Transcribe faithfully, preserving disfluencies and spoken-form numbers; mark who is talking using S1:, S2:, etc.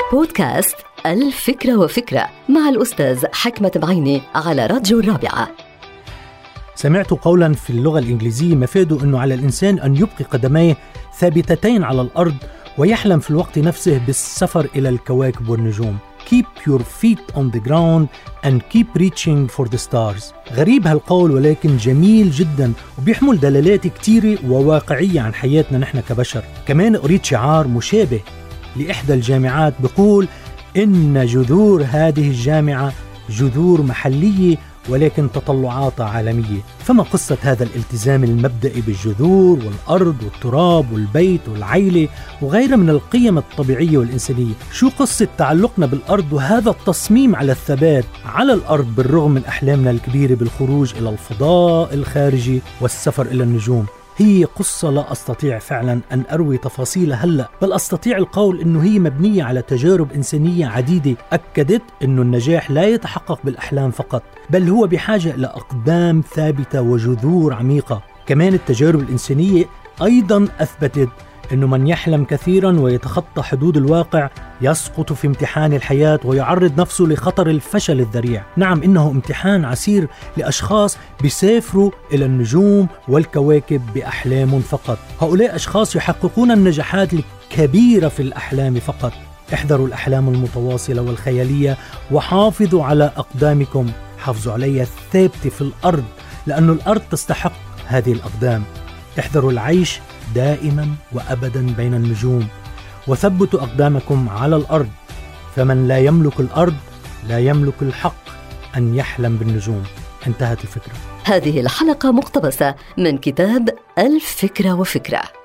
S1: بودكاست الفكرة وفكرة مع الأستاذ حكمة بعيني على راديو الرابعة.
S2: سمعت قولا في اللغة الإنجليزية مفاده أنه على الإنسان أن يبقي قدميه ثابتتين على الأرض ويحلم في الوقت نفسه بالسفر إلى الكواكب والنجوم. Keep your feet on the ground and keep reaching for the stars. غريب هالقول ولكن جميل جدا وبيحمل دلالات كتيرة وواقعية عن حياتنا نحن كبشر. كمان قريت شعار مشابه لإحدى الجامعات بيقول إن جذور هذه الجامعة جذور محلية ولكن تطلعاتها عالمية. فما قصة هذا الالتزام المبدئي بالجذور والأرض والتراب والبيت والعيلة وغيرها من القيم الطبيعية والإنسانية؟ شو قصة تعلقنا بالأرض وهذا التصميم على الثبات على الأرض بالرغم من أحلامنا الكبيرة بالخروج إلى الفضاء الخارجي والسفر إلى النجوم؟ هي قصة لا أستطيع فعلا أن أروي تفاصيلها هلأ، بل أستطيع القول أنه هي مبنية على تجارب إنسانية عديدة أكدت أنه النجاح لا يتحقق بالأحلام فقط، بل هو بحاجة إلى أقدام ثابتة وجذور عميقة. كمان التجارب الإنسانية أيضا أثبتت أنه من يحلم كثيرا ويتخطى حدود الواقع يسقط في امتحان الحياة ويعرض نفسه لخطر الفشل الذريع. نعم، إنه امتحان عسير لأشخاص بيسافروا إلى النجوم والكواكب بأحلام فقط. هؤلاء أشخاص يحققون النجاحات الكبيرة في الأحلام فقط. احذروا الأحلام المتواصلة والخيالية وحافظوا على أقدامكم، حافظوا عليها الثابتة في الأرض لأن الأرض تستحق هذه الأقدام. احذروا العيش دائما وأبدا بين النجوم وثبتوا أقدامكم على الأرض، فمن لا يملك الأرض لا يملك الحق أن يحلم بالنجوم. انتهت الفكرة.
S1: هذه الحلقة مقتبسة من كتاب الفكرة وفكرة.